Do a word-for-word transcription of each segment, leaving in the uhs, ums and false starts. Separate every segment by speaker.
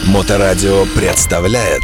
Speaker 1: Моторадио представляет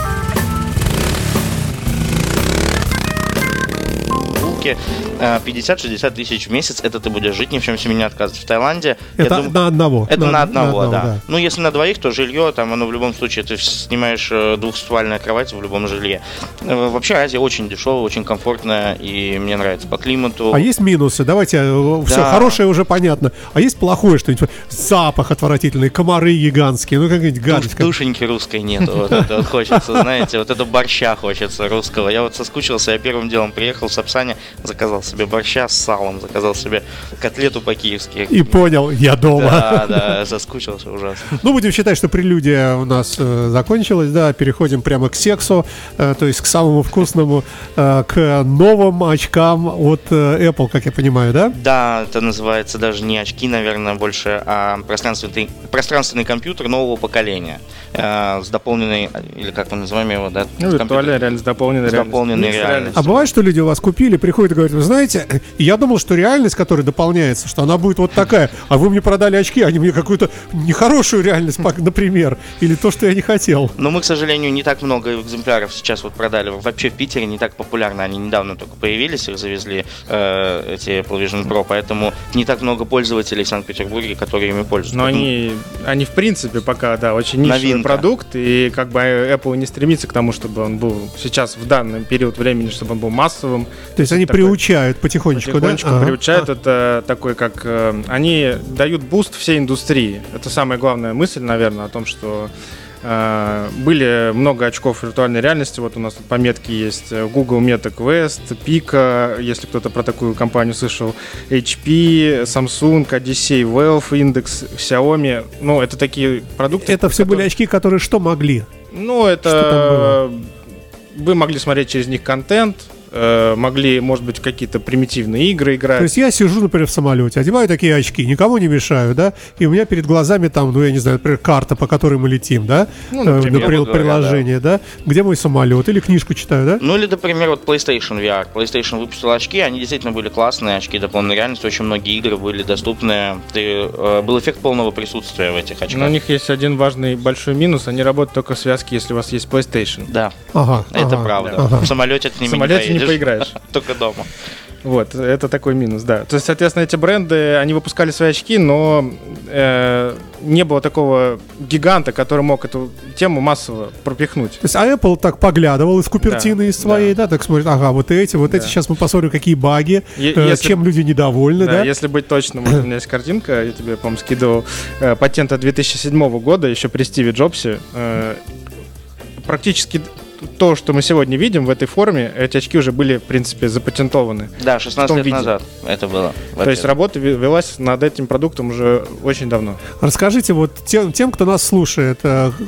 Speaker 2: пятьдесят-шестьдесят тысяч в месяц, это ты будешь жить, ни в чем себе не отказывать. В Таиланде...
Speaker 3: Это дум... на одного.
Speaker 2: Это на,
Speaker 3: на
Speaker 2: одного,
Speaker 3: на одного
Speaker 2: да.
Speaker 3: да.
Speaker 2: Ну, если на двоих, то жилье, там, оно в любом случае, ты снимаешь двухствольную кровать в любом жилье. Вообще, Азия очень дешевая, очень комфортная, и мне нравится по климату.
Speaker 3: А есть минусы? Давайте, да. Все хорошее уже понятно. А есть плохое что-нибудь? Запах отвратительный, комары гигантские, ну, какая-нибудь гадость.
Speaker 2: Душ, душеньки русской нету, вот это вот хочется, знаете, вот это борща хочется русского. Я вот соскучился, я первым делом приехал в Сапсане, заказал себе борща с салом, заказал себе котлету по-киевски.
Speaker 3: И понял, я дома.
Speaker 2: Да, да, соскучился ужасно.
Speaker 3: Ну, будем считать, что прелюдия у нас э, закончилась, да, переходим прямо к сексу, э, то есть к самому вкусному, э, к новым очкам от э, Apple, как я понимаю, да?
Speaker 2: Да, это называется даже не очки, наверное, больше, а пространственный, пространственный компьютер нового поколения, э, с дополненной, или как мы называем его, да?
Speaker 4: Ну, виртуальная реальность, дополненная реальность.
Speaker 2: Дополненная реальность.
Speaker 3: А бывает, что люди у вас купили, приходят и говорят: вы знаете, я думал, что реальность, которая дополняется, что она будет вот такая, а вы мне продали очки, они мне какую-то нехорошую реальность, например, или то, что я не хотел.
Speaker 2: Но мы, к сожалению, не так много экземпляров сейчас вот продали. Вообще в Питере не так популярны, они недавно только появились, их завезли, э, эти Apple Vision Pro, поэтому не так много пользователей в Санкт-Петербурге, которые ими пользуются.
Speaker 4: Но они, они в принципе пока, да, очень нишевый Новинка. Продукт, и как бы Apple не стремится к тому, чтобы он был сейчас в данный период времени, чтобы он был массовым.
Speaker 3: То есть они такой, приучают потихонечку,
Speaker 4: потихонечку
Speaker 3: да?
Speaker 4: приучают. Ага. Это такой, как э, они дают буст всей индустрии. Это самая главная мысль, наверное, о том, что э, были много очков виртуальной реальности. Вот у нас тут пометки есть: Google Meta Quest, Pico, если кто-то про такую компанию слышал, эйч пи, Samsung, Odyssey, Valve, Index, Xiaomi. Ну, это такие продукты.
Speaker 3: Это все которые... были очки, которые что могли?
Speaker 4: Ну, это вы могли смотреть через них контент, могли, может быть, какие-то примитивные игры играть.
Speaker 3: То есть я сижу, например, в самолете, одеваю такие очки, никому не мешаю, да, и у меня перед глазами там, ну, я не знаю, например, карта, по которой мы летим, да, ну, например, например говоря, приложение, да. да, где мой самолет, или книжку читаю, да.
Speaker 2: Ну, или, например, вот PlayStation ви ар. PlayStation выпустила очки, они действительно были классные, очки дополненной реальности, очень многие игры были доступны, Ты, э, был эффект полного присутствия в этих очках.
Speaker 4: Но у них есть один важный большой минус, они работают только в связке, если у вас есть PlayStation.
Speaker 2: Да,
Speaker 3: ага,
Speaker 2: это
Speaker 3: ага,
Speaker 2: правда.
Speaker 3: Ага.
Speaker 2: В самолете ты ними
Speaker 4: не поедешь. Не поиграешь.
Speaker 2: Только дома.
Speaker 4: Вот, это такой минус, да. То есть, соответственно, эти бренды, они выпускали свои очки, но э, не было такого гиганта, который мог эту тему массово пропихнуть. То
Speaker 3: есть, а Apple так поглядывал из купертины, да, из своей, да. да, так смотрит, ага, вот эти, вот да. эти, сейчас мы посмотрим, какие баги, е- э, если, чем люди недовольны, да.
Speaker 4: Да, если быть точным, вот у меня есть картинка, я тебе, по-моему, скидывал, э, патента две тысячи седьмого года, еще при Стиве Джобсе, э, практически... То, что мы сегодня видим в этой форме, эти очки уже были, в принципе, запатентованы.
Speaker 2: Да, шестнадцать лет виде. назад это было.
Speaker 4: То есть работа велась над этим продуктом уже очень давно.
Speaker 3: Расскажите вот тем, тем кто нас слушает,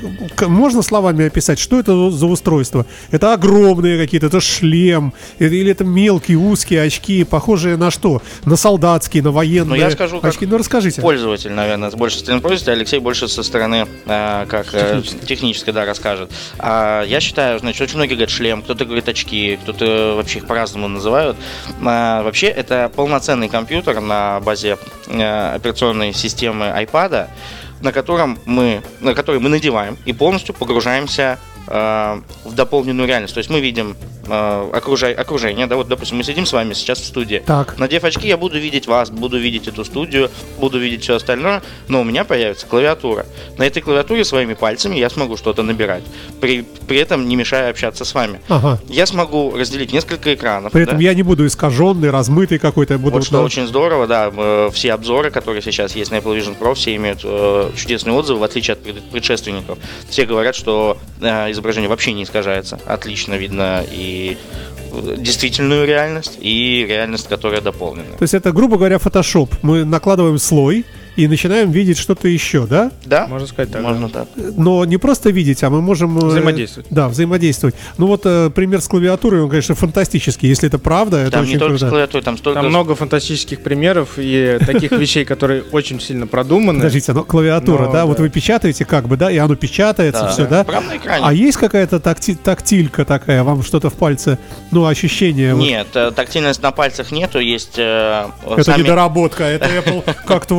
Speaker 3: можно словами описать, что это за устройство? Это огромные какие-то, это шлем, или это мелкие, узкие очки, похожие на что? На солдатские, на военные
Speaker 2: ну, я скажу,
Speaker 3: очки? Ну, расскажите.
Speaker 2: Пользователь, наверное, больше со стороны пользователя, Алексей больше со стороны э, как технической, технической, да, расскажет. А я считаю, значит, очень многие говорят шлем, кто-то говорит очки, кто-то вообще их по-разному называют. А, вообще, это полноценный компьютер на базе а, операционной системы iPad, на котором мы, на который мы надеваем и полностью погружаемся а, в дополненную реальность. То есть мы видим а, окружай, окружение, да, вот, допустим, мы сидим с вами сейчас в студии.
Speaker 3: Так.
Speaker 2: Надев очки, я буду видеть вас, буду видеть эту студию, буду видеть все остальное, но у меня появится клавиатура. На этой клавиатуре своими пальцами я смогу что-то набирать, при, при этом не мешая общаться с вами.
Speaker 3: Ага.
Speaker 2: Я смогу разделить несколько экранов.
Speaker 3: При этом
Speaker 2: да?
Speaker 3: я не буду искаженный, размытый какой-то. Я буду
Speaker 2: вот что
Speaker 3: да.
Speaker 2: очень здорово, да, все обзоры, которые сейчас есть на Apple Vision Pro, все имеют э, чудесные отзывы, в отличие от предшественников. Все говорят, что э, изображение вообще не искажается. Отлично видно и действительную реальность, и реальность, которая дополнена.
Speaker 3: То есть это, грубо говоря, Photoshop. Мы накладываем слой и начинаем видеть что-то еще, да?
Speaker 2: Да,
Speaker 4: можно сказать так.
Speaker 2: Можно
Speaker 4: да.
Speaker 2: так.
Speaker 3: Но не просто видеть, а мы можем...
Speaker 4: Взаимодействовать.
Speaker 3: Да, взаимодействовать. Ну вот э, пример с клавиатурой, он, конечно, фантастический. Если это правда, это
Speaker 2: там
Speaker 3: очень
Speaker 2: не только
Speaker 3: круто.
Speaker 2: С клавиатурой, там столько...
Speaker 4: Там много фантастических примеров и таких вещей, которые очень сильно продуманы.
Speaker 3: Подождите, но клавиатура,
Speaker 4: но,
Speaker 3: да?
Speaker 4: да,
Speaker 3: вот вы печатаете как бы, да, и оно печатается,
Speaker 2: да,
Speaker 3: все,
Speaker 2: да?
Speaker 3: да?
Speaker 2: Прямо на экране.
Speaker 3: А есть какая-то такти- тактилька такая, вам что-то в пальце, ну, ощущение?
Speaker 2: Нет, вот... тактильность на пальцах нету, есть... Э,
Speaker 3: это
Speaker 2: сами...
Speaker 3: недоработка, это Apple как-то вот они, ну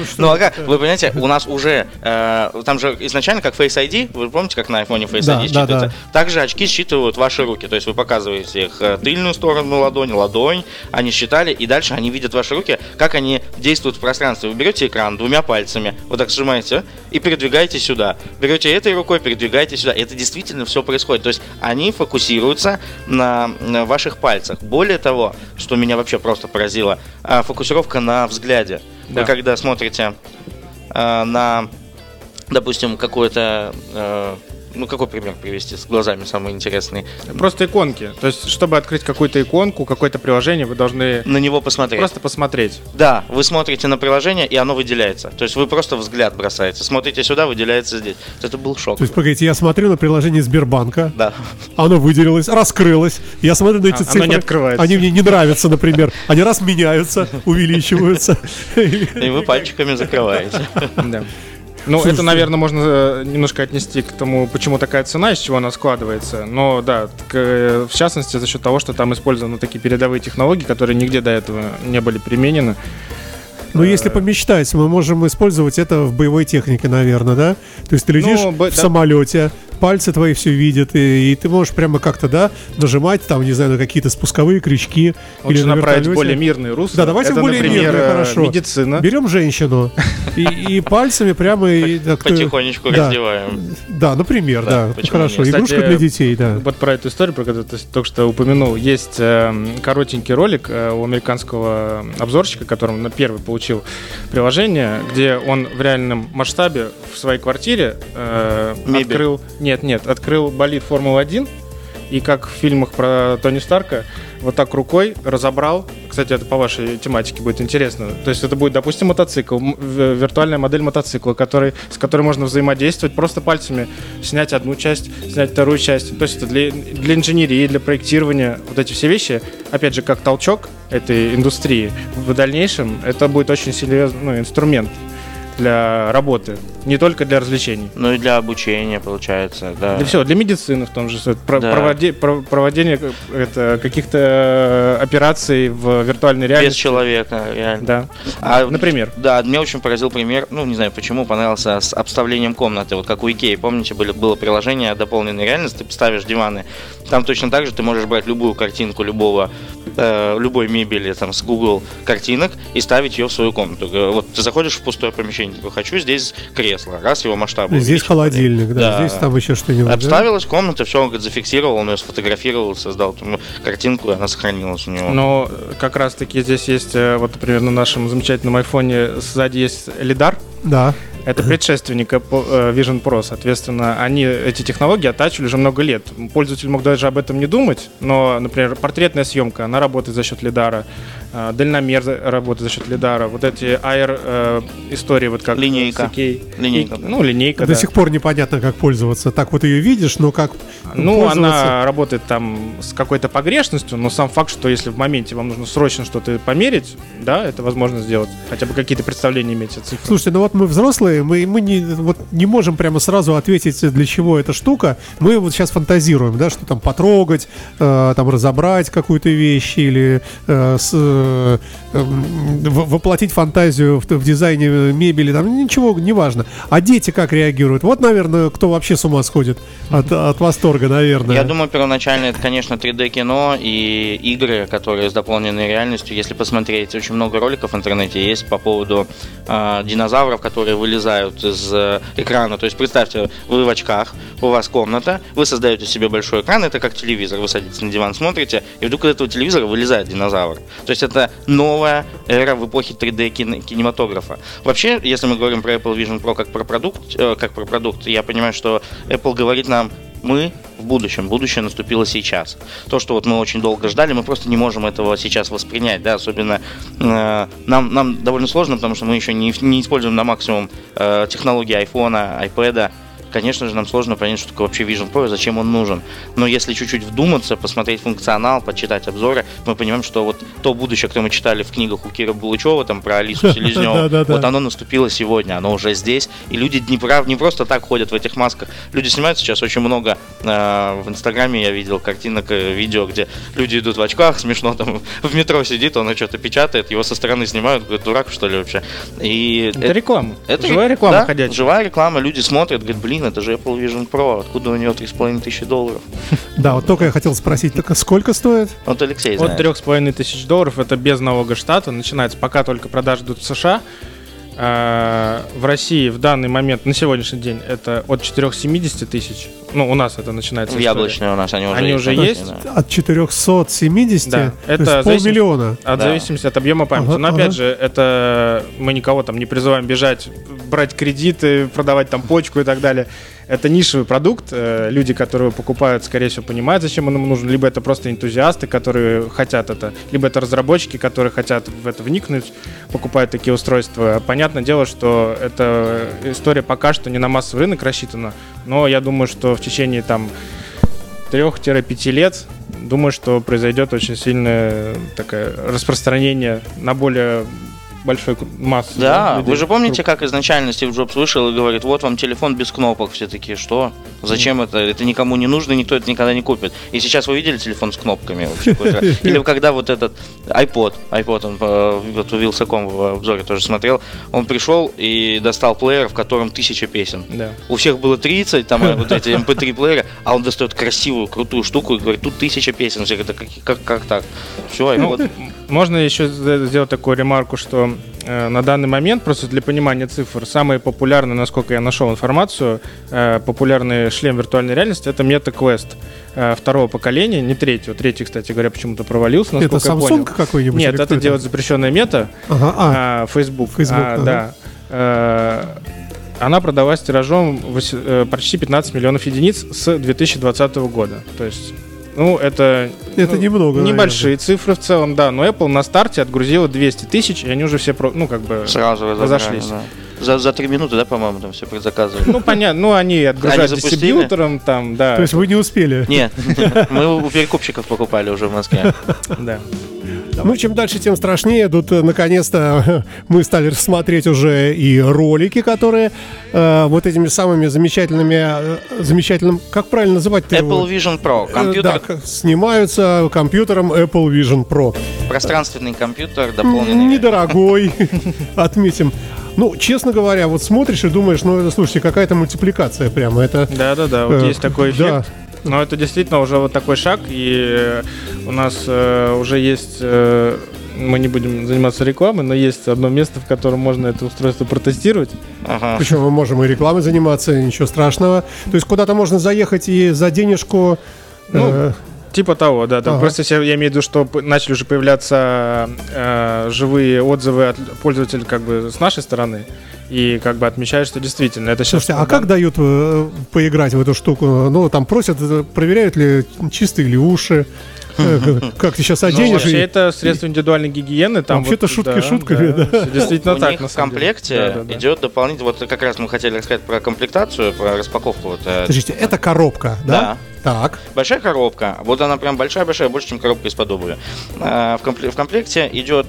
Speaker 3: что
Speaker 2: Ну,
Speaker 3: это?
Speaker 2: ага, вы понимаете, у нас уже, э, там же изначально как Face ай ди, вы помните, как на айфоне Face
Speaker 3: Да,
Speaker 2: ай ди
Speaker 3: да,
Speaker 2: считывается?
Speaker 3: да.
Speaker 2: Также очки считывают ваши руки, то есть вы показываете их э, тыльную сторону ладони, ладонь, они считали, и дальше они видят ваши руки, как они действуют в пространстве. Вы берете экран двумя пальцами, вот так сжимаете и передвигаете сюда. Берете этой рукой, передвигаете сюда. И это действительно все происходит. То есть они фокусируются на, на ваших пальцах. Более того, что меня вообще просто поразило, а, фокусировка на взгляде.
Speaker 4: Да.
Speaker 2: Вы когда смотрите а, на, допустим, какое-то... а, ну, какой пример привести с глазами самый интересный?
Speaker 4: Просто иконки. То есть, чтобы открыть какую-то иконку, какое-то приложение, вы должны
Speaker 2: На него посмотреть.
Speaker 4: просто посмотреть.
Speaker 2: Да, вы смотрите на приложение, и оно выделяется. То есть вы просто взгляд бросаете. Смотрите сюда, выделяется здесь. Это был шок.
Speaker 3: То есть, погодите, я смотрю на приложение Сбербанка,
Speaker 2: Да.
Speaker 3: оно выделилось, раскрылось, я смотрю на эти
Speaker 4: А, оно
Speaker 3: цифры,
Speaker 4: не открывается.
Speaker 3: они мне не нравятся, например, они раз меняются, увеличиваются.
Speaker 2: И вы пальчиками закрываете.
Speaker 4: Да. Ну,
Speaker 3: Слушайте.
Speaker 4: это, наверное, можно э, немножко отнести к тому, почему такая цена, из чего она складывается. Но, да, к, э, в частности, за счет того, что там использованы такие передовые технологии, которые нигде до этого не были применены.
Speaker 3: Ну, если помечтать, мы можем использовать это в боевой технике, наверное, да? То есть ты летишь
Speaker 4: Ну, б-
Speaker 3: в
Speaker 4: да.
Speaker 3: самолете, пальцы твои все видят, и, и ты можешь прямо как-то, да, нажимать там, не знаю, на какие-то спусковые крючки.
Speaker 4: Лучше
Speaker 3: на
Speaker 4: направить в
Speaker 3: вертолете.
Speaker 4: более мирные русла.
Speaker 3: Да, давайте
Speaker 4: это,
Speaker 3: в более
Speaker 4: например,
Speaker 3: мирные,
Speaker 4: э,
Speaker 3: хорошо.
Speaker 4: медицина.
Speaker 3: Берем женщину и, и пальцами прямо... И, так,
Speaker 2: Потихонечку
Speaker 3: да.
Speaker 2: раздеваем.
Speaker 3: Да, например,
Speaker 2: Да,
Speaker 3: да.
Speaker 2: почему
Speaker 3: Хорошо.
Speaker 2: нет?
Speaker 3: Игрушка
Speaker 4: Кстати,
Speaker 3: для детей, да.
Speaker 4: Вот про эту историю, про которую ты только что упомянул, есть э, коротенький ролик э, у американского обзорщика, который на первый получил приложение, где он в реальном масштабе в своей квартире э,
Speaker 2: Мебель.
Speaker 4: открыл... Нет, нет, открыл болид Формулы один, и как в фильмах про Тони Старка, вот так рукой разобрал. Кстати, это по вашей тематике будет интересно. То есть это будет, допустим, мотоцикл, м- в- виртуальная модель мотоцикла, который, с которой можно взаимодействовать просто пальцами, снять одну часть, снять вторую часть. То есть это для, для инженерии, для проектирования. Вот эти все вещи, опять же, как толчок этой индустрии. В дальнейшем это будет очень серьезный, ну, инструмент для работы, не только для развлечений.
Speaker 2: Ну и для обучения, получается, да.
Speaker 4: Для всего, для медицины в том же, про-
Speaker 2: Да.
Speaker 4: проводи- про- проводение э, это, каких-то операций в виртуальной
Speaker 2: Без
Speaker 4: реальности.
Speaker 2: человека, реально.
Speaker 4: Да.
Speaker 2: А,
Speaker 4: Например.
Speaker 2: Да, меня очень поразил пример, ну, не знаю почему, понравился с обставлением комнаты. Вот как у Икеи, помните, были, было приложение дополненной реальности, ты ставишь диваны. Там точно так же ты можешь брать любую картинку любого, э, любой мебели там, с Google картинок и ставить ее в свою комнату. Э, Вот ты заходишь в пустое помещение, такой, хочу здесь кресло, раз его масштаб.
Speaker 3: Здесь
Speaker 2: увеличить.
Speaker 3: холодильник, да,
Speaker 2: Да.
Speaker 3: здесь там еще что-нибудь. да?
Speaker 2: Обставилась комната, все, он говорит, зафиксировал, он ее сфотографировал, создал там картинку, и она сохранилась у него.
Speaker 4: Но э, как раз-таки здесь есть, э, вот, например, на нашем замечательном айфоне сзади есть лидар.
Speaker 3: Да.
Speaker 4: Это предшественник Apple, э, Vision Pro, соответственно, они эти технологии оттачивали уже много лет. Пользователь мог даже об этом не думать, но, например, портретная съемка, она работает за счет лидара, э, дальномер за- работает за счет лидара, вот эти аэр э, истории, вот как
Speaker 2: Линейка.
Speaker 4: с Икеей.
Speaker 2: Линейка,
Speaker 4: И-
Speaker 2: да.
Speaker 4: ну, линейка,
Speaker 3: До
Speaker 4: да.
Speaker 3: сих пор непонятно, как пользоваться. Так вот ее видишь, но как
Speaker 4: Ну,
Speaker 3: пользоваться.
Speaker 4: она работает там с какой-то погрешностью, но сам факт, что если в моменте вам нужно срочно что-то померить, да, это возможно сделать. Хотя бы какие-то представления иметь о цифрах.
Speaker 3: Слушайте, ну вот мы взрослые, мы, мы не, вот не можем прямо сразу ответить, для чего эта штука. Мы вот сейчас фантазируем, да, что там потрогать, э, там разобрать какую-то вещь или э, с, э, э, в- воплотить фантазию в, в дизайне мебели, там ничего, не важно. А дети как реагируют? Вот, наверное, кто вообще с ума сходит от, от восторга, наверное.
Speaker 2: Я думаю, первоначально это, конечно, три дэ кино и игры, которые с дополненной реальностью. Если посмотреть, очень много роликов в интернете есть по поводу э, динозавров, которые вылезают из э, экрана. То есть представьте, вы в очках, у вас комната, вы создаете себе большой экран, это как телевизор, вы садитесь на диван, смотрите, и вдруг из этого телевизора вылезает динозавр. То есть это новая эра в эпохе три дэ кино- кинематографа. Вообще, если мы говорим про Apple Vision Pro как про продукт, э, как про продукт, я понимаю, что Apple говорит нам: мы в будущем, будущее наступило сейчас. То, что вот мы очень долго ждали, мы просто не можем этого сейчас воспринять, да, особенно э, нам, нам довольно сложно, потому что мы еще не, не используем на максимум э, технологии айфона, айпэда, конечно же, нам сложно понять, что такое вообще Vision Pro и зачем он нужен. Но если чуть-чуть вдуматься, посмотреть функционал, почитать обзоры, мы понимаем, что вот то будущее, которое мы читали в книгах у Киры Булычева, там, про Алису Селезневу, вот оно наступило сегодня, оно уже здесь, и люди не, прав, не просто так ходят в этих масках. Люди снимают сейчас очень много, э, в Инстаграме я видел картинок, видео, где люди идут в очках, смешно, там, в метро сидит, он что-то печатает, его со стороны снимают, говорят, дурак, что ли, вообще. И
Speaker 4: это, это реклама.
Speaker 2: Это
Speaker 4: живая реклама, да,
Speaker 2: ходячая. Живая реклама, люди смотрят, говорят, блин, это же Apple Vision Pro, откуда у него три с половиной тысячи долларов?
Speaker 3: Да, вот только я хотел спросить, только сколько стоит?
Speaker 2: Вот Алексей знает.
Speaker 4: От трех с половиной тысяч долларов, это без налога штата, начинается, пока только продажи идут в США. В России в данный момент, на сегодняшний день, это от четыреста семьдесят тысяч. Ну, у нас это начинается.
Speaker 2: В Яблочной у нас они уже
Speaker 4: они
Speaker 2: есть.
Speaker 4: Уже есть.
Speaker 2: Да.
Speaker 3: От четыреста семьдесят,
Speaker 4: да. Это
Speaker 3: то есть полмиллиона.
Speaker 4: От
Speaker 2: да.
Speaker 4: зависимости от объема памяти. Ага, Но опять ага. же, это мы никого там не призываем бежать, брать кредиты, продавать там почку и так далее. Это нишевый продукт. Люди, которые его покупают, скорее всего, понимают, зачем он им нужен. Либо это просто энтузиасты, которые хотят это. Либо это разработчики, которые хотят в это вникнуть, покупают такие устройства. Понятное дело, что эта история пока что не на массовый рынок рассчитана. Но я думаю, что в течение там трех-пяти лет, думаю, что произойдет очень сильное такое распространение на более большой массы.
Speaker 2: Да,
Speaker 4: людей.
Speaker 2: Вы же помните, как изначально Стив Джобс вышел и говорит, вот вам телефон без кнопок. Все такие, что? Зачем mm. это? Это никому не нужно, никто это никогда не купит. И сейчас вы видели телефон с кнопками? Вообще, или когда вот этот iPod, iPod, он вот у Вилсаком в обзоре тоже смотрел, он пришел и достал плеер, в котором тысяча песен.
Speaker 4: Да.
Speaker 2: У всех было тридцать, там вот эти эм пэ три плееры, а он достает красивую, крутую штуку и говорит, тут тысяча песен. Все говорят, как, как, как так? Все, iPod.
Speaker 4: Ну, можно еще сделать такую ремарку, что э, на данный момент, просто для понимания цифр, самые популярные, насколько я нашел информацию, э, популярный шлем виртуальной реальности — это Meta Quest э, второго поколения, не третьего. Третий, кстати говоря, почему-то провалился, насколько
Speaker 3: это
Speaker 4: я
Speaker 3: Samsung
Speaker 4: понял.
Speaker 3: какой-нибудь?
Speaker 4: Нет, это, это делает запрещенная Мета, ага, а, Facebook.
Speaker 3: Facebook
Speaker 4: а,
Speaker 3: ага.
Speaker 4: Да. Э, она продалась тиражом в, почти пятнадцать миллионов единиц с две тысячи двадцатого года. То есть, ну, это,
Speaker 3: это
Speaker 4: ну,
Speaker 3: немного,
Speaker 4: небольшие
Speaker 3: наверное.
Speaker 4: цифры в целом, да. Но Apple на старте отгрузила двести тысяч, и они уже все, ну, как бы
Speaker 2: сразу
Speaker 4: разошлись.
Speaker 2: Да. За, за три минуты, да, по-моему, там все предзаказывали.
Speaker 4: Ну, понятно, ну, они отгружают они дистрибьютором, там, да.
Speaker 3: То есть вы не успели?
Speaker 2: Нет, мы у перекупщиков покупали уже в Москве.
Speaker 4: Да.
Speaker 3: Ну, чем дальше, тем страшнее. Тут, наконец-то, мы стали рассмотреть уже и ролики, которые э, вот этими самыми замечательными, э, замечательным, как правильно называть-то
Speaker 2: Apple
Speaker 3: его?
Speaker 2: Vision Pro, компьютер.
Speaker 3: Да, снимаются компьютером Apple Vision Pro.
Speaker 2: Пространственный компьютер, дополненный.
Speaker 3: Недорогой, отметим. Ну, честно говоря, вот смотришь и думаешь, ну, это, слушайте, какая-то мультипликация прямо. Это,
Speaker 4: да-да-да, вот
Speaker 3: э,
Speaker 4: есть такой эффект. Да. Но это действительно уже вот такой шаг, и у нас э, уже есть, э, мы не будем заниматься рекламой, но есть одно место, в котором можно это устройство протестировать.
Speaker 3: Ага. Причем мы можем и рекламой заниматься, ничего страшного. То есть куда-то можно заехать и за денежку...
Speaker 4: Ну,
Speaker 3: э,
Speaker 4: типа того, да. Ага. Просто я имею в виду, что начали уже появляться э, живые отзывы от пользователей как бы с нашей стороны. И как бы отмечают, что действительно это сейчас...
Speaker 3: Слушайте, а как дают э, поиграть в эту штуку? Ну, там просят, проверяют ли чистые ли уши, э, как ты сейчас оденешь. Ну,
Speaker 4: вообще, это средство индивидуальной гигиены. Там
Speaker 3: вообще-то
Speaker 4: вот,
Speaker 3: шутки
Speaker 4: да,
Speaker 3: шутками, да.
Speaker 4: да. Действительно
Speaker 2: у
Speaker 4: так,
Speaker 2: них
Speaker 4: на
Speaker 2: в
Speaker 4: самом
Speaker 2: комплекте
Speaker 4: деле. Да, да,
Speaker 2: идет да. дополнительно... Вот как раз мы хотели рассказать про комплектацию, про распаковку. Вот,
Speaker 3: Подождите, это коробка, да?
Speaker 2: Да.
Speaker 3: Так.
Speaker 2: Большая коробка. Вот она прям большая-большая, больше, чем коробка из-под обуви. В комплекте идет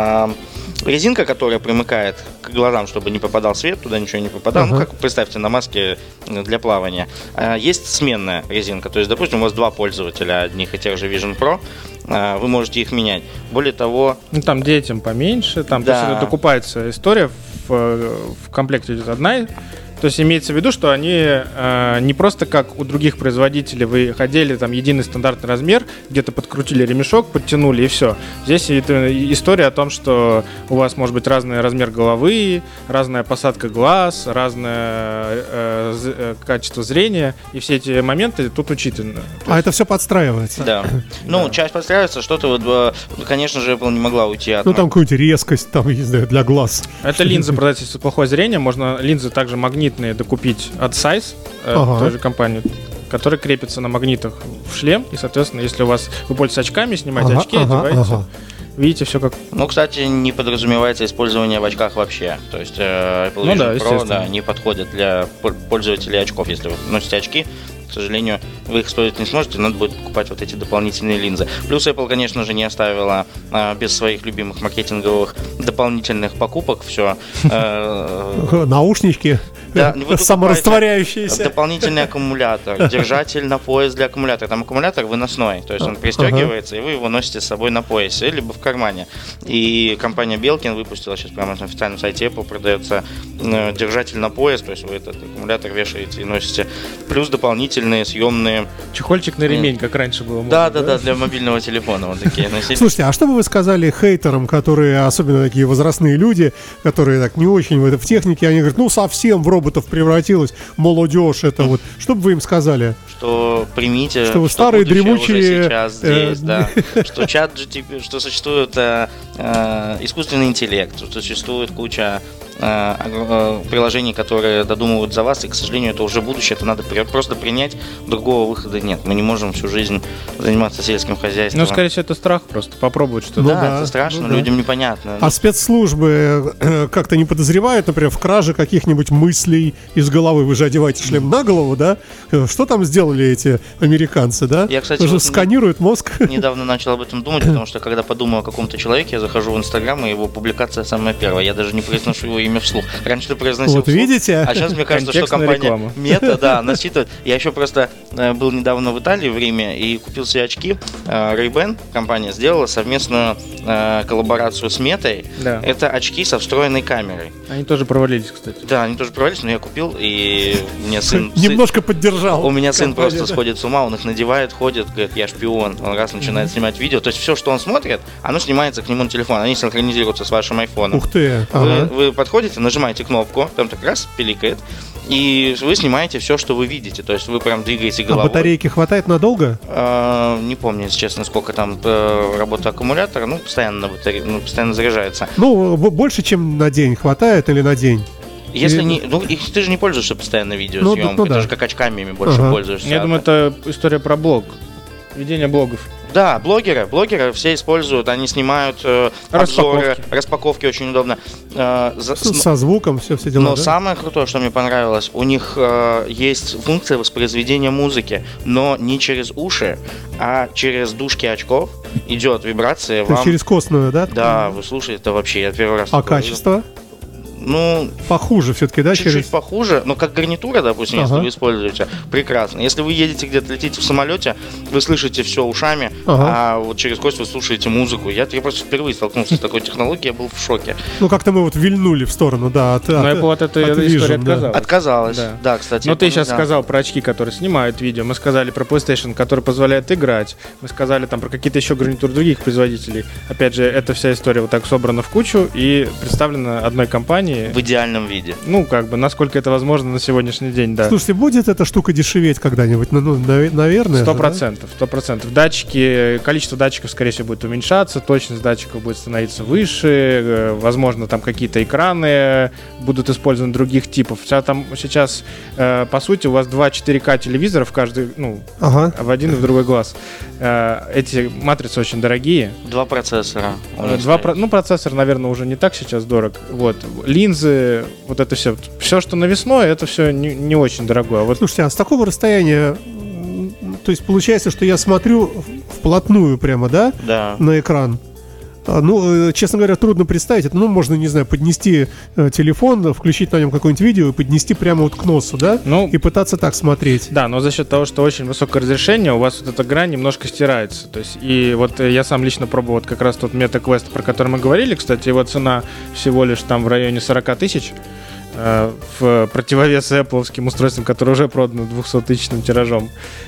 Speaker 2: резинка, которая примыкает к глазам, чтобы не попадал свет, туда ничего не попадало. Uh-huh. Ну, как представьте, на маске для плавания. Есть сменная резинка. То есть, допустим, у вас два пользователя одних и тех же Vision Pro. Вы можете их менять. Более того...
Speaker 4: Ну, там детям поменьше. Там
Speaker 2: да.
Speaker 4: то есть, докупается история. В, в комплекте идет одна. То есть имеется в виду, что они э, не просто как у других производителей, вы хотели там единый стандартный размер, где-то подкрутили ремешок, подтянули и все. Здесь это история о том, что у вас может быть разный размер головы, разная посадка глаз, разное э, э, качество зрения, и все эти моменты тут учитаны.
Speaker 3: А это все подстраивается?
Speaker 2: Да. Ну, часть подстраивается, что-то вот, конечно же, Apple не могла уйти от...
Speaker 3: Ну, там какую-нибудь резкость, там, не знаю, для глаз.
Speaker 4: Это линзы продать, если плохое зрение, можно линзы также магнитные докупить от Size, ага. той же компании, которые крепятся на магнитах в шлем, и, соответственно, если у вас вы пользуетесь очками, снимаете
Speaker 3: ага,
Speaker 4: очки,
Speaker 3: ага,
Speaker 4: одеваете,
Speaker 3: ага.
Speaker 4: видите все как...
Speaker 2: Ну, кстати, не подразумевается использование в очках вообще. То есть э, Apple
Speaker 4: Ну
Speaker 2: Vision
Speaker 4: да,
Speaker 2: Pro,
Speaker 4: естественно.
Speaker 2: да, не подходит для пол- пользователей очков. Если вы носите очки, к сожалению, вы их стоить не сможете, надо будет покупать вот эти дополнительные линзы. Плюс Apple, конечно же, не оставила э, без своих любимых маркетинговых дополнительных покупок все. Э,
Speaker 3: Наушнички
Speaker 2: Да, вы покупаете
Speaker 3: саморастворяющиеся.
Speaker 2: дополнительный аккумулятор, держатель на пояс для аккумулятора. Там аккумулятор выносной, то есть он пристегивается, и вы его носите с собой на поясе, либо в кармане. И компания Belkin выпустила сейчас прямо на официальном сайте Apple продается э, держатель на пояс, то есть вы этот аккумулятор вешаете и носите. Плюс дополнительные съемные.
Speaker 4: Чехольчик на ремень, как раньше было.
Speaker 2: Да, да, да, для мобильного телефона вот такие носили.
Speaker 3: Слушайте, а что бы вы сказали хейтерам, которые, особенно такие возрастные люди, которые так не очень в, это, в технике, они говорят, ну совсем в роботов превратилась, молодежь, это вот. Что бы вы им сказали?
Speaker 2: Что примите,
Speaker 3: Что вы старые,
Speaker 2: будущее
Speaker 3: дремучие,
Speaker 2: уже сейчас здесь,
Speaker 3: э,
Speaker 2: да. Что чат джи ти пи, что существует э, э, искусственный интеллект, что существует куча э, э, приложений, которые додумывают за вас, и, к сожалению, это уже будущее, это надо при- просто принять, другого выхода нет. Мы не можем всю жизнь заниматься сельским хозяйством.
Speaker 4: Ну, скорее всего, это страх просто, попробовать что-то.
Speaker 3: Ну
Speaker 2: да,
Speaker 3: да,
Speaker 2: это страшно,
Speaker 3: ну да.
Speaker 2: людям непонятно.
Speaker 3: А спецслужбы э, как-то не подозревают, например, в краже каких-нибудь мыслей из головы? Вы же одеваете шлем на голову, да? Э, Что там сделали эти американцы, да?
Speaker 2: Я, кстати,
Speaker 3: Уже
Speaker 2: вот
Speaker 3: сканируют мозг.
Speaker 2: недавно начал об этом думать, потому что когда подумал о каком-то человеке, я захожу в Инстаграм, и его публикация самая первая. Я даже не произношу его имя вслух. Раньше ты произносил
Speaker 3: Вот
Speaker 2: вслух,
Speaker 3: видите?
Speaker 2: а сейчас мне кажется, что
Speaker 4: Контекстная
Speaker 2: компания
Speaker 4: реклама.
Speaker 2: Мета, да, она считает. Я еще просто э, был недавно в Италии, в Риме, и купил себе очки. Э, Ray-Ban компания сделала совместную э, коллаборацию с Метой.
Speaker 4: Да.
Speaker 2: Это очки со встроенной камерой.
Speaker 4: Они тоже провалились, кстати.
Speaker 2: Да, они тоже провалились, но я купил, и мне сын... сын-
Speaker 3: Немножко поддержал.
Speaker 2: У меня сын
Speaker 3: компанию,
Speaker 2: просто
Speaker 3: да.
Speaker 2: сходит с ума, он их надевает, ходит, говорит, я шпион. Он раз начинает снимать видео. То есть все, что он смотрит, оно снимается к нему на телефон. Они синхронизируются с вашим айфоном.
Speaker 3: Ух ты.
Speaker 2: Вы,
Speaker 3: Ага.
Speaker 2: вы подходите, нажимаете кнопку, там так раз пиликает, и вы снимаете все, что вы видите. То есть вы прям двигаете
Speaker 3: А
Speaker 2: головой.
Speaker 3: батарейки хватает надолго?
Speaker 2: А, не помню, если честно, сколько там э, работы аккумулятора. Ну, постоянно, на батаре... ну, постоянно заряжается.
Speaker 3: Ну, б- больше, чем на день хватает или на день?
Speaker 2: Если
Speaker 3: И-
Speaker 2: не, ну, их, ты же не пользуешься постоянно
Speaker 3: Ну,
Speaker 2: видеосъемкой,
Speaker 3: ну
Speaker 2: ты
Speaker 3: да.
Speaker 2: же как очками ими больше
Speaker 3: Ага.
Speaker 2: пользуешься.
Speaker 4: Я думаю, это история про блог. Ведение блогов.
Speaker 2: Да, блогеры, блогеры все используют, они снимают э, обзоры,
Speaker 4: Распаковки.
Speaker 2: распаковки очень удобно. Э, за-
Speaker 3: С-
Speaker 2: с-
Speaker 3: Со звуком, все, все дела,
Speaker 2: но
Speaker 3: да?
Speaker 2: самое крутое, что мне понравилось, у них э, есть функция воспроизведения музыки, но не через уши, а через дужки очков идет вибрация
Speaker 3: То есть
Speaker 2: вам.
Speaker 3: через костную, да?
Speaker 2: Да, вы слушаете, это вообще я первый раз.
Speaker 3: А
Speaker 2: такое
Speaker 3: качество?
Speaker 2: видел. Ну,
Speaker 3: Похуже все-таки, да?
Speaker 2: чуть-чуть
Speaker 3: Через...
Speaker 2: похуже, но как гарнитура, допустим, если
Speaker 3: Ага.
Speaker 2: вы используете, прекрасно. Если вы едете где-то, летите в самолете, вы слышите все ушами,
Speaker 3: Ага.
Speaker 2: а вот через кость вы слушаете музыку. Я, я просто впервые столкнулся с такой технологией, я был в шоке.
Speaker 3: Ну, как-то мы вот вильнули в сторону, да, от,
Speaker 4: Но
Speaker 3: от-
Speaker 4: Apple от этой
Speaker 3: от
Speaker 4: истории
Speaker 3: Vision, да.
Speaker 4: отказалась.
Speaker 2: Отказалась.
Speaker 4: Да.
Speaker 2: Да, кстати.
Speaker 4: Но
Speaker 2: это
Speaker 4: ты сейчас
Speaker 2: нельзя.
Speaker 4: сказал про очки, которые снимают видео. Мы сказали про PlayStation, который позволяет играть. Мы сказали там про какие-то еще гарнитуры других производителей. Опять же, эта вся история вот так собрана в кучу и представлена одной компанией.
Speaker 2: В идеальном виде.
Speaker 4: Ну, как бы, насколько это возможно на сегодняшний день, да.
Speaker 3: Слушайте, будет эта штука дешеветь когда-нибудь? Ну, ну, наве- наверное.
Speaker 4: Сто
Speaker 3: же, да?
Speaker 4: процентов, сто процентов. Датчики, количество датчиков, скорее всего, будет уменьшаться, точность датчиков будет становиться выше, э, возможно, там какие-то экраны будут использованы других типов. Сейчас, там, сейчас э, по сути, у вас два четыре ка телевизора в каждый, ну,
Speaker 3: Ага.
Speaker 4: в один и в другой глаз. Э, эти матрицы очень дорогие.
Speaker 2: Два процессора. у них
Speaker 4: Два,
Speaker 2: стоит.
Speaker 4: про- ну, процессор, наверное, уже не так сейчас дорог. Вот. Линзы, вот это все. Все, что навесное, это все не, не очень дорогое. А вот
Speaker 3: Слушайте, а с такого расстояния, м, то есть получается, что я смотрю в- вплотную прямо, да,
Speaker 2: Да.
Speaker 3: на экран? А, Ну, э, честно говоря, трудно представить это. Ну, можно, не знаю, поднести э, телефон, включить на нем какое-нибудь видео и поднести прямо вот к носу, да?
Speaker 4: Ну,
Speaker 3: И пытаться так смотреть.
Speaker 4: да, но за счет того, что очень высокое разрешение, у вас вот эта грань немножко стирается. То есть, и вот э, я сам лично пробовал вот как раз тот MetaQuest, про который мы говорили, кстати, его цена всего лишь там в районе сорок тысяч. э, В противовес Apple'овским устройствам, которые уже проданы двухсоттысячным тиражом.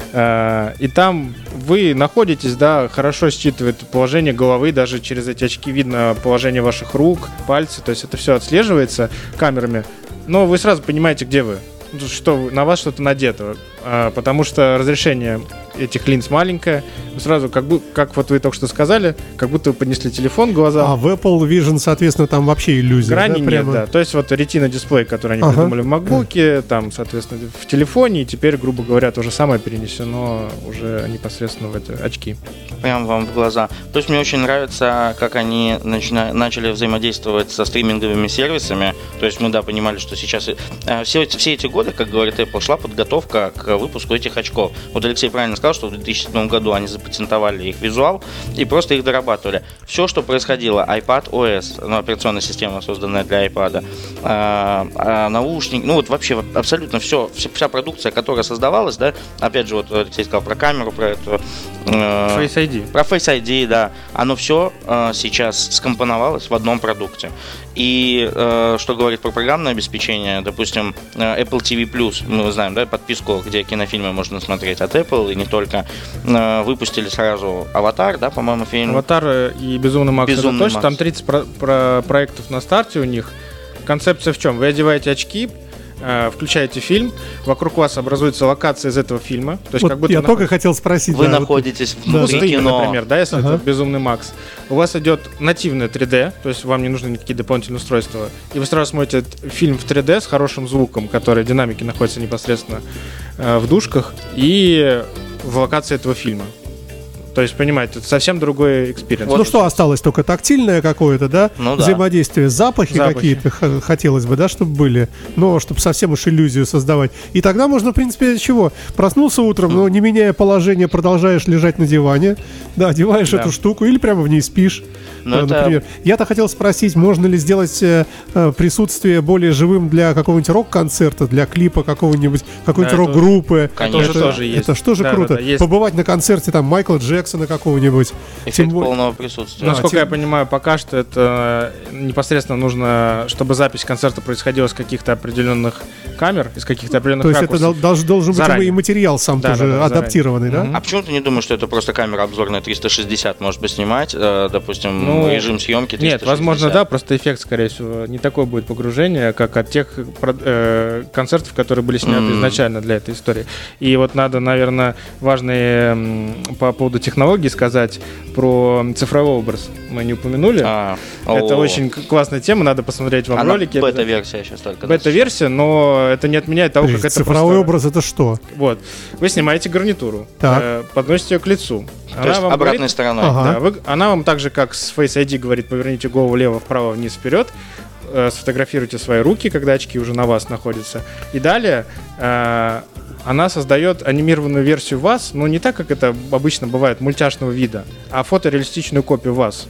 Speaker 4: Э, И там вы находитесь, да, хорошо считывает положение головы, даже через эти очки видно положение ваших рук, пальцы, то есть это все отслеживается камерами. Но вы сразу понимаете, где вы. Что вы- на вас что-то надето, а, потому что разрешение этих линз маленькая. Сразу, как, бы, как вот вы только что сказали, как будто вы поднесли телефон к глазам.
Speaker 3: А в Apple Vision, соответственно, там вообще иллюзия.
Speaker 4: Грани
Speaker 3: да,
Speaker 4: нет,
Speaker 3: прямо?
Speaker 4: да. То есть вот Retina дисплей, который они
Speaker 3: Ага.
Speaker 4: придумали в MacBook, там, соответственно, в телефоне, и теперь, грубо говоря, то же самое перенесено уже непосредственно в эти очки.
Speaker 2: Прям вам в глаза. То есть мне очень нравится, как они начина- начали взаимодействовать со стриминговыми сервисами. То есть мы, да, понимали, что сейчас э, все, эти, все эти годы, как говорит Apple, шла подготовка к выпуску этих очков. Вот Алексей правильно сказал, что в две тысячи седьмом году они запатентовали их визуал и просто их дорабатывали. Все, что происходило, iPadOS, ну, операционная система, созданная для iPad, э, э, наушник, ну вот вообще абсолютно все, вся продукция, которая создавалась, да, опять же, вот Алексей сказал про камеру, про эту... Э,
Speaker 4: Face ай ди.
Speaker 2: Про Face ай ди, да. Оно все э, сейчас скомпоновалось в одном продукте. И э, что говорит про программное обеспечение, допустим, э, Apple ти ви Plus, мы знаем, да, подписку, где кинофильмы можно смотреть от Apple, и не только. Э, выпустили сразу «Аватар», да, по-моему, фильм.
Speaker 4: «Аватар» и «Безумный Макс»
Speaker 2: «Безумный
Speaker 4: это точно.
Speaker 2: Макс».
Speaker 4: Там тридцать про- про- проектов на старте у них. Концепция в чем? Вы одеваете очки, э, включаете фильм, вокруг вас образуется локация из этого фильма. То есть
Speaker 3: Вот
Speaker 4: как будто
Speaker 3: я
Speaker 4: наход-
Speaker 3: только хотел спросить.
Speaker 2: Вы
Speaker 3: да, вот-
Speaker 2: находитесь
Speaker 3: Да,
Speaker 2: внутри
Speaker 4: пустыня,
Speaker 2: кино.
Speaker 4: например, да, если
Speaker 3: Ага.
Speaker 4: это «Безумный Макс». У вас идет нативное три дэ, то есть вам не нужны никакие дополнительные устройства. И вы сразу смотрите этот фильм в три дэ с хорошим звуком, который динамики находятся непосредственно э, в душках и в локации этого фильма. То есть, понимаете, это совсем другой экспириенс.
Speaker 3: Ну что осталось, только тактильное какое-то, да?
Speaker 2: Ну да.
Speaker 3: Взаимодействие, запахи,
Speaker 4: Запахи.
Speaker 3: какие-то х- хотелось бы, да, чтобы были, но чтобы совсем уж иллюзию создавать. И тогда можно, в принципе, чего? Проснулся утром, но не меняя положение, продолжаешь лежать на диване, да, одеваешь
Speaker 4: Да.
Speaker 3: эту штуку или прямо в ней спишь.
Speaker 2: Ну,
Speaker 3: э,
Speaker 2: это-
Speaker 3: например. Я-то хотел спросить, можно ли сделать э, э, присутствие более живым для какого-нибудь рок-концерта, для клипа какого-нибудь, какой-нибудь
Speaker 4: Да, это-
Speaker 3: рок-группы.
Speaker 2: Конечно.
Speaker 3: это,
Speaker 4: тоже есть.
Speaker 3: Это что же
Speaker 4: Да,
Speaker 3: круто.
Speaker 4: да, да, есть.
Speaker 3: Побывать на концерте там Майкла Джексона какого-нибудь.
Speaker 2: Эффект
Speaker 3: Тем более-
Speaker 2: полного присутствия.
Speaker 3: Да,
Speaker 4: Насколько
Speaker 3: тем-
Speaker 4: я понимаю, пока что это непосредственно нужно, чтобы запись концерта происходила с каких-то определенных камер, из каких-то определенных
Speaker 3: То есть это
Speaker 4: ракурсов.
Speaker 3: дол- долж- должен быть
Speaker 4: Заранее.
Speaker 3: и материал сам
Speaker 4: Да,
Speaker 3: тоже
Speaker 4: да, да,
Speaker 3: адаптированный, да?
Speaker 4: Мгм.
Speaker 2: А почему ты не думаешь, что это просто камера обзорная триста шестьдесят может бы снимать, э, допустим,
Speaker 4: Ну,
Speaker 2: режим съемки триста шестьдесят?
Speaker 4: Нет, возможно, да, просто эффект, скорее всего, не такое будет погружение, как от тех про- э, концертов, которые были сняты
Speaker 2: М.
Speaker 4: изначально для этой истории. И вот надо, наверное, важные м, по поводу технологий сказать про цифровой образ. Мы не упомянули.
Speaker 2: А,
Speaker 4: Это
Speaker 2: о.
Speaker 4: очень к- классная тема, надо посмотреть вам
Speaker 2: Она
Speaker 4: ролики.
Speaker 2: бета-версия сейчас только.
Speaker 4: Бета-версия, но это не отменяет того,
Speaker 3: Подожди,
Speaker 4: как это
Speaker 3: цифровой
Speaker 4: просто-
Speaker 3: образ это что?
Speaker 4: Вот. Вы снимаете гарнитуру,
Speaker 3: Так.
Speaker 4: э, подносите ее к лицу.
Speaker 2: То есть
Speaker 4: вам
Speaker 2: обратной
Speaker 4: говорит-
Speaker 2: стороной.
Speaker 3: Ага.
Speaker 4: Да, вы- она вам так же, как с Face ай ди говорит, поверните голову влево, вправо, вниз, вперед. Э, сфотографируйте свои руки, когда очки уже на вас находятся. И далее э, она создает анимированную версию вас, но не так, как это обычно бывает, мультяшного вида, а фотореалистичную копию вас.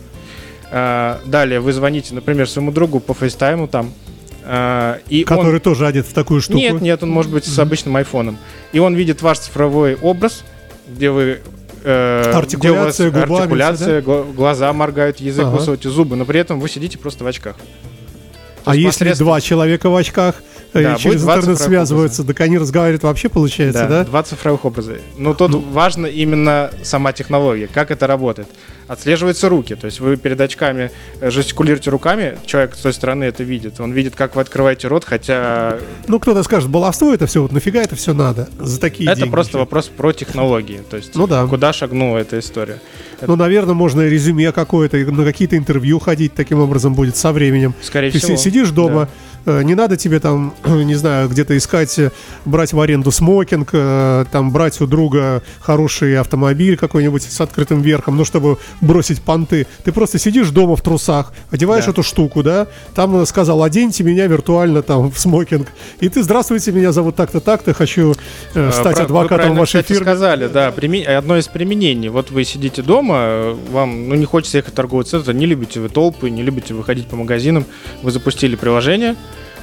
Speaker 4: Э, далее вы звоните, например, своему другу по фейстайму там. э, и он-
Speaker 3: Который тоже одет в такую штуку.
Speaker 4: нет, нет, он может быть с обычным айфоном. И он видит ваш цифровой образ, где вы... э,
Speaker 3: Артикуляция
Speaker 4: где у вас
Speaker 3: губами,
Speaker 4: артикуляция, гла- глаза моргают, язык
Speaker 3: Ага.
Speaker 4: высовываете, зубы, но при этом вы сидите просто в очках. То
Speaker 3: А
Speaker 4: есть
Speaker 3: если
Speaker 4: посредством-
Speaker 3: два человека в очках э,
Speaker 4: Да,
Speaker 3: и через
Speaker 4: будет два
Speaker 3: интернет
Speaker 4: цифровых
Speaker 3: связываются, так они разговаривают вообще, получается,
Speaker 4: Да,
Speaker 3: да?
Speaker 4: два цифровых образа. Но тут важно именно сама технология, как это работает. Отслеживаются руки, то есть вы перед очками э, жестикулируете руками, человек с той стороны это видит, он видит, как вы открываете рот, хотя
Speaker 3: Ну, кто-то скажет, баловство это все, вот нафига это все надо? За такие
Speaker 4: это
Speaker 3: деньги.
Speaker 4: просто вопрос про технологии, то есть
Speaker 3: Ну да.
Speaker 4: куда шагнула эта история.
Speaker 3: Ну, наверное, можно и резюме какое-то, и на какие-то интервью ходить таким образом будет со временем.
Speaker 4: Скорее
Speaker 3: Ты
Speaker 4: всего.
Speaker 3: си- сидишь дома, э, не надо тебе там, не знаю, где-то искать, э, брать в аренду смокинг, э, там брать у друга хороший автомобиль какой-нибудь с открытым верхом, ну, чтобы бросить понты. Ты просто сидишь дома в трусах, одеваешь
Speaker 4: Да.
Speaker 3: эту штуку, да, там э, сказал, оденьте меня виртуально там в смокинг, и ты, здравствуйте, меня зовут так-то, так-то, хочу э, стать
Speaker 4: Про- вы
Speaker 3: адвокатом
Speaker 4: правильно,
Speaker 3: вашей
Speaker 4: кстати,
Speaker 3: фирмы.
Speaker 4: сказали, да, приме- одно из применений. Вот вы сидите дома, э, вам ну, не хочется ехать в торговый центр, не любите вы толпы, не любите выходить по магазинам, вы запустили приложение,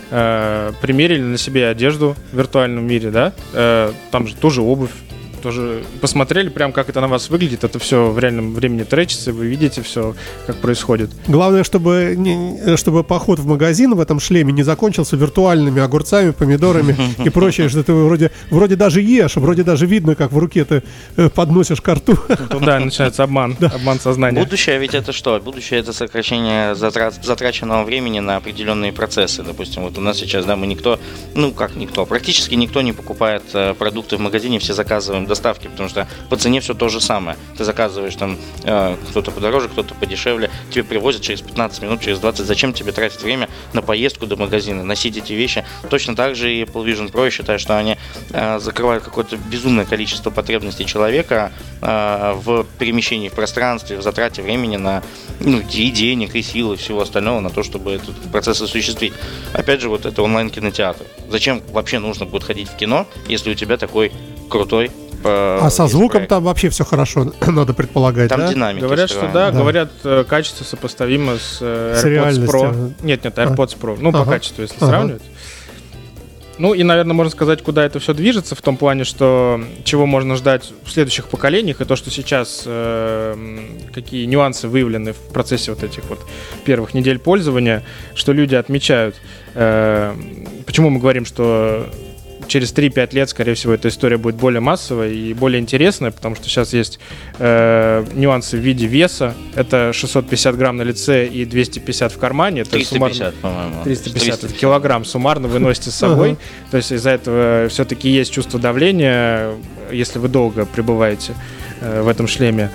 Speaker 4: э, примерили на себе одежду в виртуальном мире, да, э, там же тоже обувь, тоже посмотрели прям, как это на вас выглядит, это все в реальном времени тречится, вы видите все, как происходит.
Speaker 3: Главное, чтобы, не- чтобы поход в магазин в этом шлеме не закончился виртуальными огурцами, помидорами и прочее, что ты вроде, вроде даже ешь, вроде даже видно, как в руке ты э, подносишь ко рту.
Speaker 4: Туда начинается обман, обман сознания.
Speaker 2: Будущее ведь это что? Будущее это сокращение затрат, затраченного времени на определенные процессы. Допустим, вот у нас сейчас, да, мы никто, ну как никто, практически никто не покупает э, продукты в магазине, все заказываем доставки, потому что по цене все то же самое. Ты заказываешь там э, кто-то подороже, кто-то подешевле, тебе привозят через пятнадцать минут, через двадцать. Зачем тебе тратить время на поездку до магазина, носить эти вещи? Точно так же и Apple Vision Pro, я считаю, что они э, закрывают какое-то безумное количество потребностей человека э, в перемещении в пространстве, в затрате времени на ну, и денег, и сил, и всего остального на то, чтобы этот процесс осуществить. Опять же, вот это онлайн-кинотеатр. Зачем вообще нужно будет ходить в кино, если у тебя такой крутой
Speaker 3: А со звуком проект. Там вообще все хорошо, надо предполагать,
Speaker 2: там
Speaker 3: да?
Speaker 2: динамики.
Speaker 4: Говорят, что да, да, говорят, качество сопоставимо с, с AirPods Pro. Нет, нет, AirPods а. Pro. Ну, ага. по качеству, если ага. сравнивать. Ну и, наверное, можно сказать, куда это все движется, в том плане, что чего можно ждать в следующих поколениях, и то, что сейчас э, какие нюансы выявлены в процессе вот этих вот первых недель пользования, что люди отмечают. Э, почему мы говорим, что через три-пять лет, скорее всего, эта история будет более массовая и более интересная, потому что сейчас есть э, нюансы в виде веса. Это шестьсот пятьдесят грамм на лице и двести пятьдесят в кармане. Это
Speaker 2: триста пятьдесят, по-моему.
Speaker 4: триста пятьдесят, триста килограмм суммарно вы носите с собой. То есть из-за этого все-таки есть чувство давления, если вы долго пребываете э, в этом шлеме.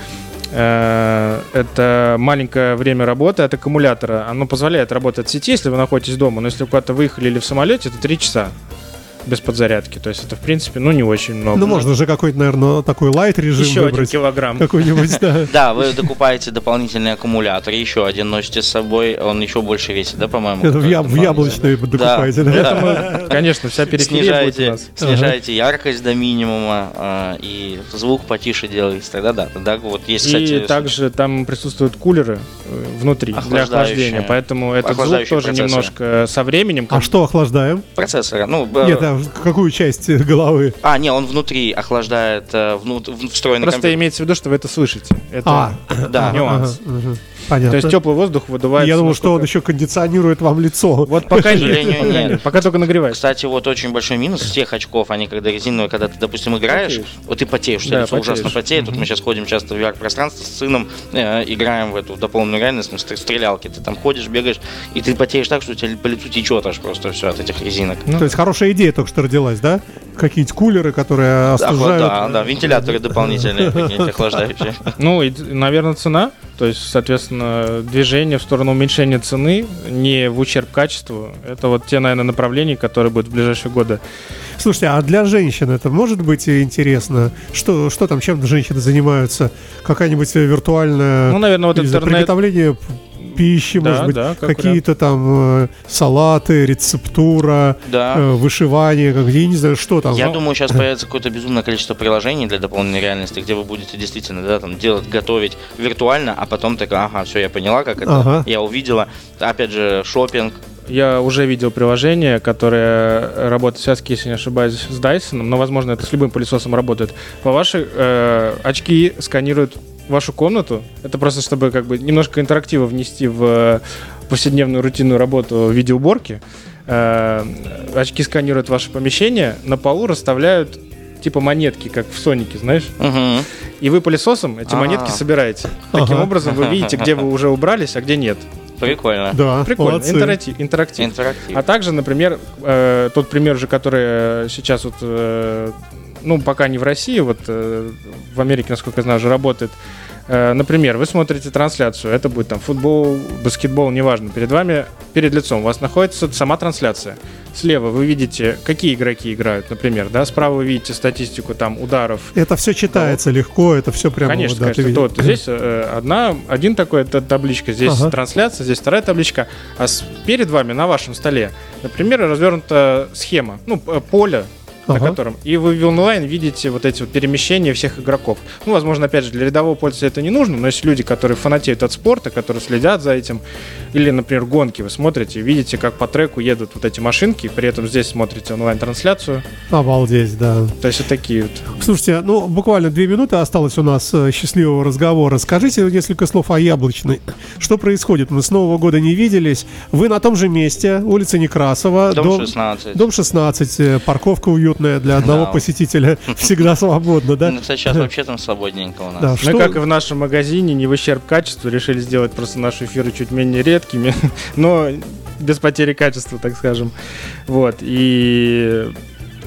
Speaker 4: Это маленькое время работы от аккумулятора. Оно позволяет работать в сети, если вы находитесь дома. Но если вы куда-то выехали или в самолете, это три часа. Без подзарядки. То есть это, в принципе, ну, не очень много.
Speaker 3: Ну, можно же какой-то, наверное, такой лайт-режим
Speaker 4: еще
Speaker 3: выбрать.
Speaker 4: Еще один килограмм.
Speaker 3: Какой-нибудь, да.
Speaker 2: Да, вы докупаете дополнительный аккумулятор, еще один носите с собой, он еще больше весит, да, по-моему?
Speaker 3: Это в яблочный докупаете, да?
Speaker 4: Поэтому, конечно, вся периферия будет у нас.
Speaker 2: Снижаете яркость до минимума и звук потише делаете. Тогда да, тогда вот есть, кстати...
Speaker 4: И также там присутствуют кулеры внутри для охлаждения, поэтому этот звук тоже немножко со временем...
Speaker 3: А что охлаждаем?
Speaker 2: Процессора. Ну,
Speaker 3: нет, какую часть головы?
Speaker 2: А, не, он внутри охлаждает э, внут, встроенный
Speaker 4: Просто
Speaker 2: компьютер.
Speaker 4: имеется в виду, что вы это слышите. Это
Speaker 3: а,
Speaker 2: да.
Speaker 4: нюанс.
Speaker 3: Ага, ага. Понятно.
Speaker 4: То есть теплый воздух выдувается.
Speaker 3: Я думал,
Speaker 4: насколько...
Speaker 3: что он еще кондиционирует вам лицо.
Speaker 4: Вот пока нет. нет. Пока только нагревается.
Speaker 2: Кстати, вот очень большой минус всех очков, они когда резиновые, когда ты, допустим, играешь, потеешь. Вот ты потеешь, у тебя да, лицо потеешь. Ужасно потеет. Mm-hmm. Тут мы сейчас ходим часто в ви ар-пространство с сыном, э, играем в эту дополненную реальность, ну, стрелялки. Ты там ходишь, бегаешь, и ты потеешь так, что у тебя по лицу течет аж просто все от этих резинок.
Speaker 3: Ну, то есть хорошая идея только что родилась, да? Какие-нибудь кулеры, которые остужают.
Speaker 2: Да, да, вентиляторы дополнительные, какие-нибудь охлаждающие.
Speaker 4: Ну, и, наверное, цена. То есть, соответственно, движение в сторону уменьшения цены, не в ущерб качеству. Это вот те, наверное, направления, которые будут в ближайшие годы.
Speaker 3: Слушайте, а для женщин это может быть интересно? Что, что там, чем женщины занимаются? Какая-нибудь виртуальная...
Speaker 4: Ну, наверное, вот интернет...
Speaker 3: Приготовление пищи,
Speaker 4: да,
Speaker 3: может быть,
Speaker 4: да, как
Speaker 3: какие-то
Speaker 4: вариант.
Speaker 3: там э, салаты, рецептура,
Speaker 2: да.
Speaker 3: э, вышивание, как, я не знаю, что там.
Speaker 2: Я
Speaker 3: ну,
Speaker 2: думаю, сейчас появится какое-то безумное количество приложений для дополненной реальности, где вы будете действительно, да, там делать, готовить виртуально, а потом такая, ага, все, я поняла, как это, ага. я увидела. Опять же, шопинг.
Speaker 4: Я уже видел приложение, которое работает в связке, если не ошибаюсь, с Dyson, но, возможно, это с любым пылесосом работает. По вашей э, очки сканируют вашу комнату. Это просто, чтобы как бы немножко интерактива внести в повседневную рутинную работу в виде уборки. Э, очки сканируют ваше помещение, на полу расставляют типа монетки, как в Сонике, знаешь?
Speaker 2: Угу.
Speaker 4: И вы пылесосом эти А-а-а. монетки собираете. Таким ага. образом вы видите, где вы уже убрались, а где нет.
Speaker 2: Прикольно.
Speaker 3: Да,
Speaker 4: прикольно. Интерактив, интерактив.
Speaker 2: Интерактив.
Speaker 4: А также, например, э, тот пример же, который сейчас вот, э, ну, пока не в России, вот э, в Америке, насколько я знаю, уже работает. Э, например, вы смотрите трансляцию, это будет там футбол, баскетбол, неважно. Перед вами, перед лицом у вас находится сама трансляция. Слева вы видите, какие игроки играют, например, да, справа вы видите статистику там ударов.
Speaker 3: Это все читается да. легко, это все прямо.
Speaker 4: Конечно,
Speaker 3: вот, да,
Speaker 4: конечно. То, здесь э, одна, один такой это табличка, здесь ага. трансляция, здесь вторая табличка, а с, перед вами на вашем столе, например, развернута схема, ну поле. На ага. котором. И вы в онлайн видите вот эти вот перемещения всех игроков. Ну, возможно, опять же, для рядового пользователя это не нужно, но есть люди, которые фанатеют от спорта, которые следят за этим. Или, например, гонки вы смотрите, видите, как по треку едут вот эти машинки, при этом здесь смотрите онлайн-трансляцию.
Speaker 3: Обалдеть, да.
Speaker 4: То есть вот такие вот.
Speaker 3: Слушайте, ну, буквально две минуты осталось у нас счастливого разговора. Скажите несколько слов о яблочной. Что происходит? Мы с Нового года не виделись. Вы на том же месте, улица Некрасова.
Speaker 2: Дом, дом шестнадцать.
Speaker 3: Дом шестнадцать, парковка уютная. Для одного да. посетителя всегда свободно, да?
Speaker 2: Ну, сейчас вообще там свободненько у нас.
Speaker 3: Да,
Speaker 4: мы,
Speaker 3: что...
Speaker 4: как и в нашем магазине, не в ущерб качеству, решили сделать просто наши эфиры чуть менее редкими, но без потери качества, так скажем. Вот. И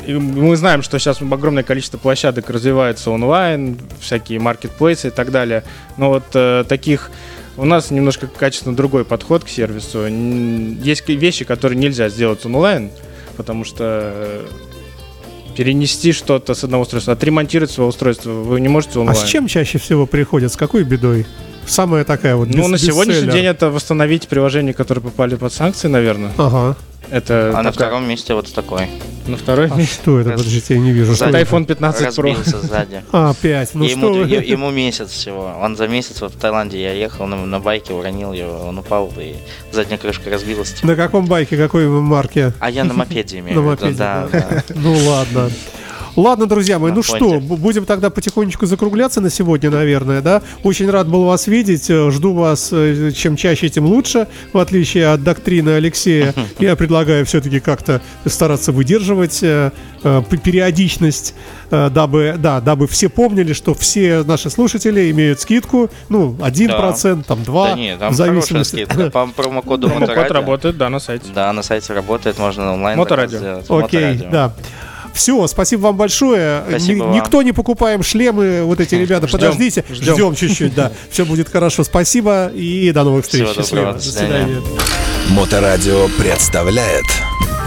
Speaker 4: И мы знаем, что сейчас огромное количество площадок развивается онлайн, всякие маркетплейсы и так далее. Но вот э, таких... У нас немножко качественно другой подход к сервису. Есть вещи, которые нельзя сделать онлайн, потому что перенести что-то с одного устройства, отремонтировать свое устройство вы не можете онлайн.
Speaker 3: А с чем чаще всего приходят? С какой бедой? Самая такая вот
Speaker 4: Ну,
Speaker 3: бес-
Speaker 4: на сегодняшний
Speaker 3: бестселлер.
Speaker 4: день это восстановить приложения, которые попали под санкции, наверное.
Speaker 3: Ага.
Speaker 4: Это
Speaker 2: А
Speaker 4: пока...
Speaker 2: на втором месте вот такой.
Speaker 4: На второй
Speaker 3: А
Speaker 4: месте.
Speaker 3: что это?
Speaker 2: Раз-
Speaker 3: Подождите, я не вижу. Что
Speaker 2: Сзади
Speaker 3: это?
Speaker 4: iPhone пятнадцать Pro.
Speaker 2: Разбился сзади.
Speaker 3: А, пять. Ну
Speaker 2: И
Speaker 3: что
Speaker 2: ему,
Speaker 3: вы?
Speaker 2: е- ему месяц всего. Он за месяц вот в Таиланде я ехал на, на байке, уронил его, он упал, и задняя крышка разбилась.
Speaker 3: На каком байке, какой марки?
Speaker 2: А я на мопеде имею
Speaker 3: На
Speaker 2: в виду,
Speaker 3: мопеде,
Speaker 2: да,
Speaker 3: да.
Speaker 2: да.
Speaker 3: Ну ладно. Ладно, друзья мои,
Speaker 2: На
Speaker 3: ну
Speaker 2: фонде.
Speaker 3: что, бу- будем тогда потихонечку закругляться на сегодня, наверное, да? Очень рад был вас видеть, э, жду вас, э, чем чаще, тем лучше, в отличие от доктрины Алексея. Я предлагаю все-таки как-то стараться выдерживать э, э, п- периодичность, э, дабы, да, дабы все помнили, что все наши слушатели имеют скидку, ну, один процент, там, два,
Speaker 2: Да нет, там
Speaker 3: в
Speaker 2: хорошая
Speaker 3: зависимости.
Speaker 2: скидка. По промокоду
Speaker 4: Промокод
Speaker 2: Моторадио.
Speaker 4: работает, да, на сайте.
Speaker 2: Да, на сайте работает, можно онлайн
Speaker 4: Моторадио.
Speaker 2: заказ сделать.
Speaker 3: Окей,
Speaker 2: Моторадио.
Speaker 3: да. Все, спасибо вам большое.
Speaker 2: Спасибо
Speaker 3: Ни-
Speaker 2: вам.
Speaker 3: Никто не покупаем шлемы, вот эти ребята.
Speaker 4: Ждем,
Speaker 3: Подождите,
Speaker 4: ждем.
Speaker 3: ждем чуть-чуть, да. Все будет хорошо. Спасибо и до новых встреч.
Speaker 2: Всего доброго,
Speaker 3: Счастливо.
Speaker 2: до свидания.
Speaker 1: Моторадио представляет